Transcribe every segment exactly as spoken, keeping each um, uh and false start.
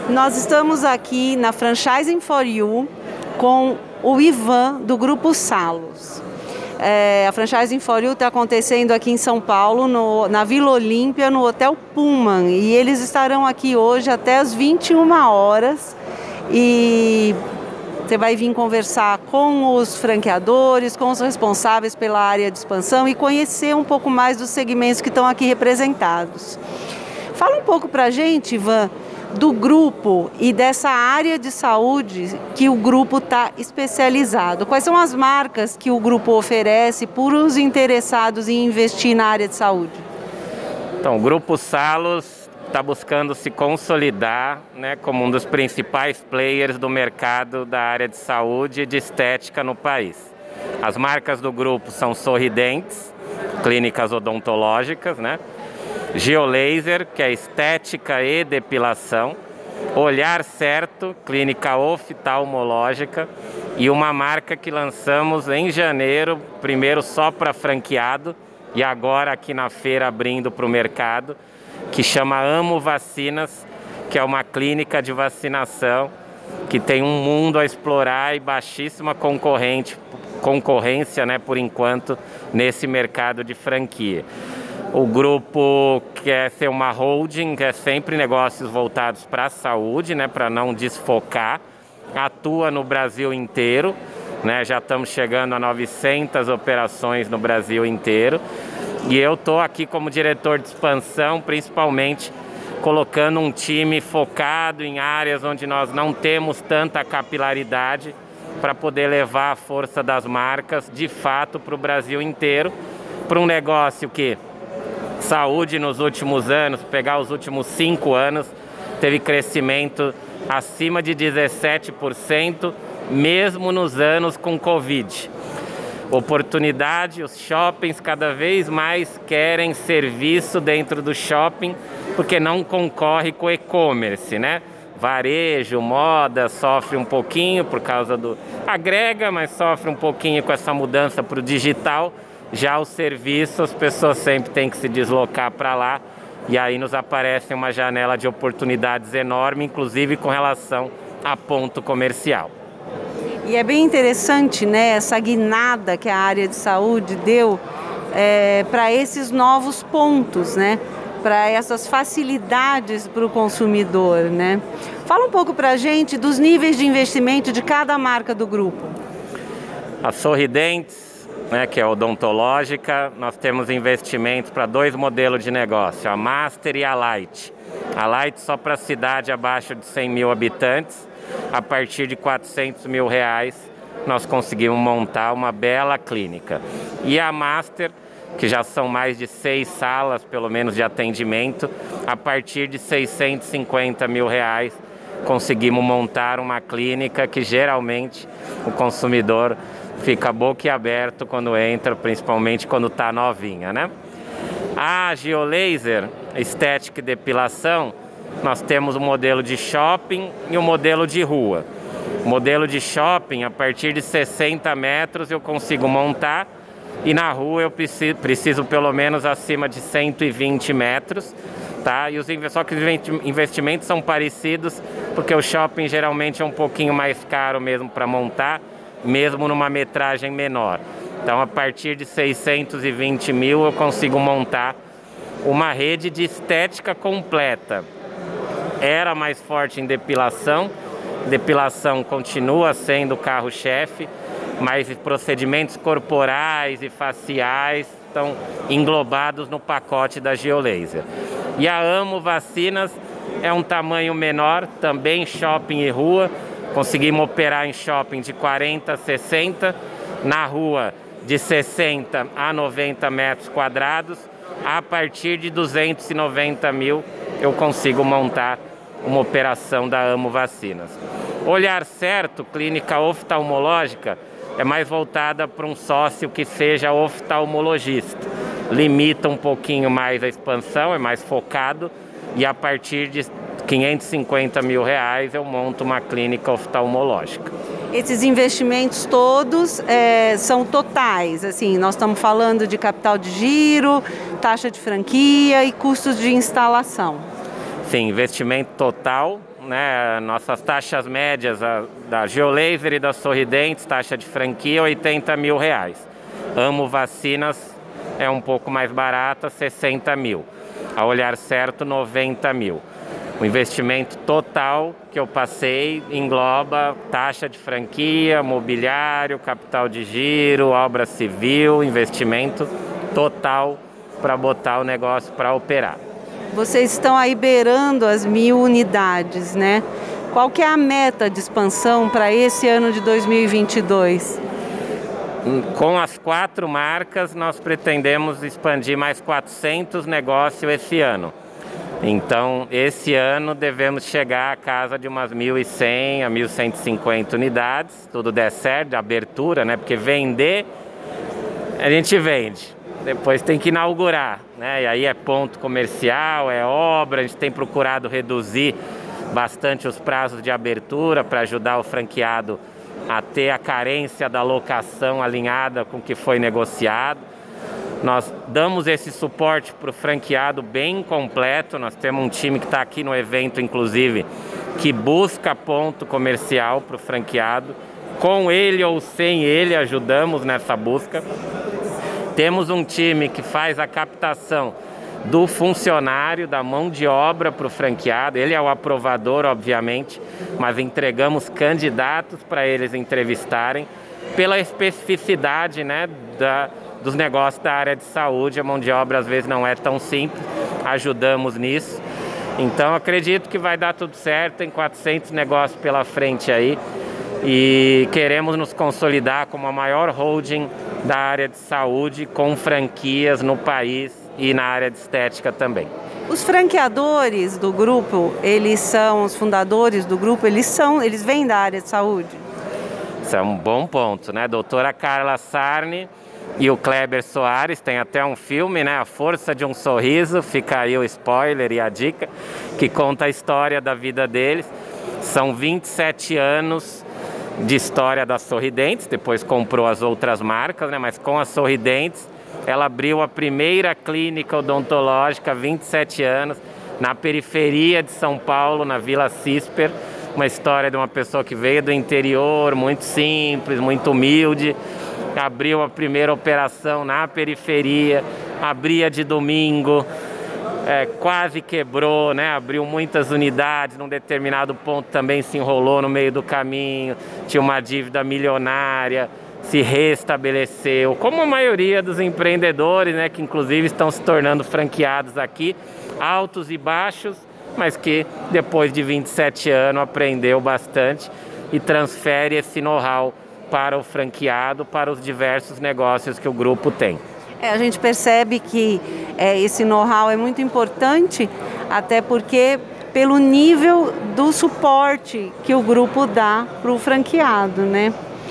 Nós estamos aqui na Franchising for You com o Ivan, do Grupo Salos. É, a Franchising for You está acontecendo aqui em São Paulo, no, na Vila Olímpia, no Hotel Pullman. E eles estarão aqui hoje até as vinte e uma horas. E você vai vir conversar com os franqueadores, com os responsáveis pela área de expansão e conhecer um pouco mais dos segmentos que estão aqui representados. Fala um pouco para a gente, Ivan, do grupo e dessa área de saúde que o grupo está especializado. Quais são as marcas que o grupo oferece para os interessados em investir na área de saúde? Então, o Grupo Salos está buscando se consolidar, né, como um dos principais players do mercado da área de saúde e de estética no país. As marcas do grupo são Sorridentes, clínicas odontológicas, né? Geolaser, que é estética e depilação, Olhar Certo, clínica oftalmológica, e uma marca que lançamos em janeiro, primeiro só para franqueado e agora aqui na feira abrindo para o mercado, que chama Amo Vacinas, que é uma clínica de vacinação que tem um mundo a explorar e baixíssima concorrente, concorrência, né, por enquanto, nesse mercado de franquia. O grupo quer ser uma holding, quer sempre negócios voltados para a saúde, né, para não desfocar. Atua no Brasil inteiro, né, já estamos chegando a novecentas operações no Brasil inteiro. E eu estou aqui como diretor de expansão, principalmente colocando um time focado em áreas onde nós não temos tanta capilaridade para poder levar a força das marcas, de fato, para o Brasil inteiro, para um negócio que saúde nos últimos anos, pegar os últimos cinco anos, teve crescimento acima de dezessete por cento, mesmo nos anos com Covid. Oportunidade, os shoppings cada vez mais querem serviço dentro do shopping, porque não concorre com o e-commerce, né? Varejo, moda, sofre um pouquinho por causa do... agrega, mas sofre um pouquinho com essa mudança para o digital. Já o serviço, as pessoas sempre têm que se deslocar para lá, e aí nos aparece uma janela de oportunidades enorme, inclusive com relação a ponto comercial. E é bem interessante, né, essa guinada que a área de saúde deu é, para esses novos pontos, né, para essas facilidades para o consumidor, né. Fala um pouco para a gente dos níveis de investimento de cada marca do grupo. A Sorridentes, né, que é odontológica, nós temos investimentos para dois modelos de negócio, a Master e a Light. A Light só para cidade abaixo de cem mil habitantes, a partir de quatrocentos mil reais nós conseguimos montar uma bela clínica. E a Master, que já são mais de seis salas, pelo menos, de atendimento, a partir de seiscentos e cinquenta mil reais conseguimos montar uma clínica que geralmente o consumidor fica boquiaberto quando entra, principalmente quando está novinha, né? A Geolaser, estética e depilação, nós temos o modelo de shopping e o modelo de rua. O modelo de shopping, a partir de sessenta metros eu consigo montar, e na rua eu preciso, preciso pelo menos acima de cento e vinte metros, tá? E os, só que os investimentos são parecidos, porque o shopping geralmente é um pouquinho mais caro mesmo para montar, mesmo numa metragem menor. Então, a partir de seiscentos e vinte mil eu consigo montar uma rede de estética completa. Era mais forte em depilação, depilação continua sendo o carro-chefe, mas procedimentos corporais e faciais estão englobados no pacote da Geolaser. E a Amo Vacinas é um tamanho menor, também shopping e rua. Conseguimos operar em shopping de quarenta a sessenta, na rua de sessenta a noventa metros quadrados. A partir de duzentos e noventa mil eu consigo montar uma operação da Amo Vacinas. Olhar Certo, clínica oftalmológica, é mais voltada para um sócio que seja oftalmologista. Limita um pouquinho mais a expansão, é mais focado, e a partir de quinhentos e cinquenta mil reais eu monto uma clínica oftalmológica. Esses investimentos todos é, são totais, assim, nós estamos falando de capital de giro, taxa de franquia e custos de instalação. Sim, investimento total, né? Nossas taxas médias a, da Geolaser e da Sorridentes, taxa de franquia, oitenta mil reais. Amo Vacinas é um pouco mais barata, sessenta mil. A Olhar Certo, noventa mil. O investimento total que eu passei engloba taxa de franquia, mobiliário, capital de giro, obra civil, investimento total para botar o negócio para operar. Vocês estão aí beirando as mil unidades, né? Qual que é a meta de expansão para esse ano de dois mil e vinte e dois? Com as quatro marcas, nós pretendemos expandir mais quatrocentos negócios esse ano. Então, esse ano devemos chegar à casa de umas mil e cem a mil cento e cinquenta unidades, tudo der certo, de abertura, né? Porque vender, a gente vende, depois tem que inaugurar, né? E aí é ponto comercial, é obra, a gente tem procurado reduzir bastante os prazos de abertura para ajudar o franqueado a ter a carência da locação alinhada com o que foi negociado. Nós damos esse suporte para o franqueado bem completo. Nós temos um time que está aqui no evento, inclusive, que busca ponto comercial para o franqueado. Com ele ou sem ele, ajudamos nessa busca. Temos um time que faz a captação do funcionário, da mão de obra para o franqueado. Ele é o aprovador, obviamente, mas entregamos candidatos para eles entrevistarem pela especificidade, né, da dos negócios da área de saúde. A mão de obra às vezes não é tão simples, ajudamos nisso. Então acredito que vai dar tudo certo, tem quatrocentos negócios pela frente aí e queremos nos consolidar como a maior holding da área de saúde com franquias no país e na área de estética também. Os franqueadores do grupo, eles são os fundadores do grupo, eles são, eles vêm da área de saúde? Isso é um bom ponto, né? Doutora Carla Sarni e o Kleber Soares, tem até um filme, né? A Força de um Sorriso, fica aí o spoiler e a dica, que conta a história da vida deles. São vinte e sete anos de história da Sorridentes, depois comprou as outras marcas, né? Mas com a Sorridentes, ela abriu a primeira clínica odontológica há vinte e sete anos, na periferia de São Paulo, na Vila Cisper. Uma história de uma pessoa que veio do interior, muito simples, muito humilde, abriu a primeira operação na periferia, abria de domingo, é, quase quebrou, né? Abriu muitas unidades, num determinado ponto também se enrolou no meio do caminho, tinha uma dívida milionária, se restabeleceu, como a maioria dos empreendedores, né? Que inclusive estão se tornando franqueados aqui, altos e baixos, mas que depois de vinte e sete anos aprendeu bastante e transfere esse know-how para o franqueado, para os diversos negócios que o grupo tem. É, a gente percebe que é, esse know-how é muito importante, até porque pelo nível do suporte que o grupo dá para o franqueado, né?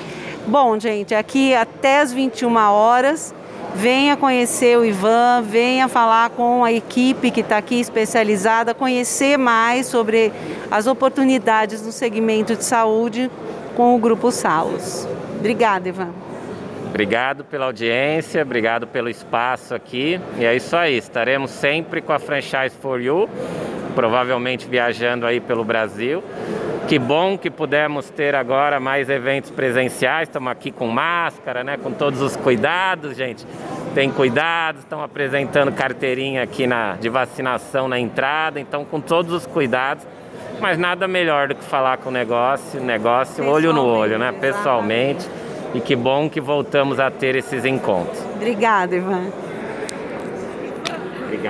Bom, gente, aqui até as vinte e uma horas, venha conhecer o Ivan, venha falar com a equipe que está aqui especializada, conhecer mais sobre as oportunidades no segmento de saúde com o Grupo Salos. Obrigada, Ivan. Obrigado pela audiência, obrigado pelo espaço aqui. E é isso aí, estaremos sempre com a Franchise for You, provavelmente viajando aí pelo Brasil. Que bom que pudemos ter agora mais eventos presenciais, estamos aqui com máscara, né, com todos os cuidados, gente. Tem cuidados, estão apresentando carteirinha aqui na, de vacinação na entrada, então com todos os cuidados. Mas nada melhor do que falar com o negócio, negócio olho no olho, né? Pessoalmente. E que bom que voltamos a ter esses encontros. Obrigada, Ivan.